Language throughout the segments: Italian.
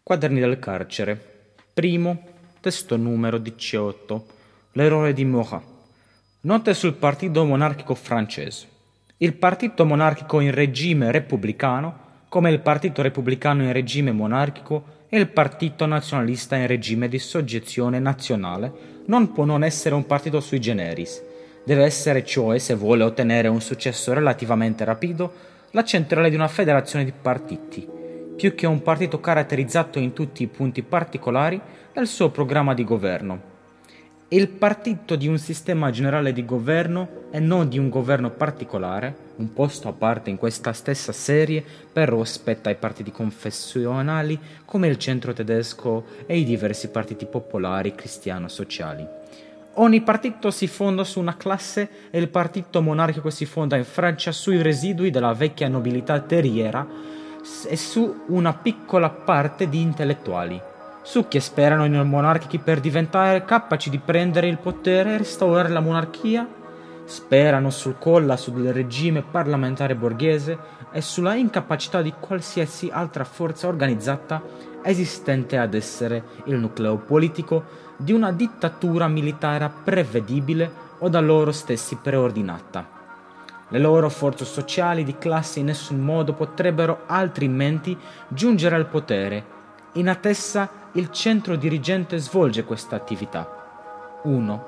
Quaderni del carcere. Primo, testo numero 18. L'errore di Marat. Note sul partito monarchico francese. Il partito monarchico in regime repubblicano, come il partito repubblicano in regime monarchico e il partito nazionalista in regime di soggezione nazionale, non può non essere un partito sui generis. Deve essere cioè, se vuole ottenere un successo relativamente rapido, la centrale di una federazione di partiti, più che un partito caratterizzato in tutti i punti particolari del suo programma di governo. Il partito di un sistema generale di governo e non di un governo particolare, un posto a parte in questa stessa serie, però spetta ai partiti confessionali come il centro tedesco e i diversi partiti popolari cristiano-sociali. Ogni partito si fonda su una classe e il partito monarchico si fonda in Francia sui residui della vecchia nobiltà terriera e su una piccola parte di intellettuali, su che sperano in monarchici per diventare capaci di prendere il potere e restaurare la monarchia, sperano sul collasso del regime parlamentare borghese e sulla incapacità di qualsiasi altra forza organizzata esistente ad essere il nucleo politico di una dittatura militare prevedibile o da loro stessi preordinata. Le loro forze sociali di classe in nessun modo potrebbero altrimenti giungere al potere. In attesa il centro dirigente svolge questa attività. 1.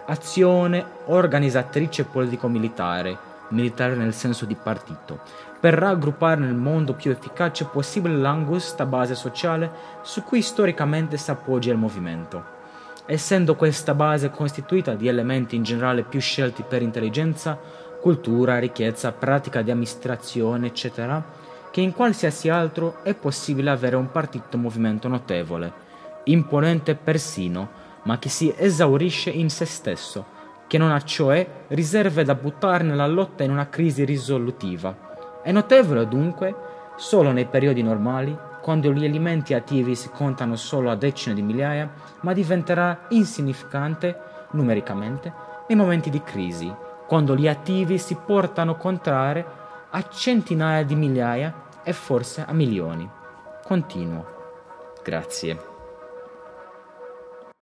Azione organizzatrice politico-militare, militare nel senso di partito, per raggruppare nel modo più efficace possibile l'angusta base sociale su cui storicamente si appoggia il movimento. Essendo questa base costituita di elementi in generale più scelti per intelligenza, cultura, ricchezza, pratica di amministrazione, eccetera, che in qualsiasi altro è possibile avere un partito-movimento notevole, imponente persino, ma che si esaurisce in se stesso, che non ha cioè riserve da buttare nella lotta in una crisi risolutiva. È notevole dunque solo nei periodi normali, quando gli elementi attivi si contano solo a decine di migliaia, ma diventerà insignificante numericamente nei momenti di crisi, quando gli attivi si portano contrarre a centinaia di migliaia e forse a milioni. Continuo. Grazie.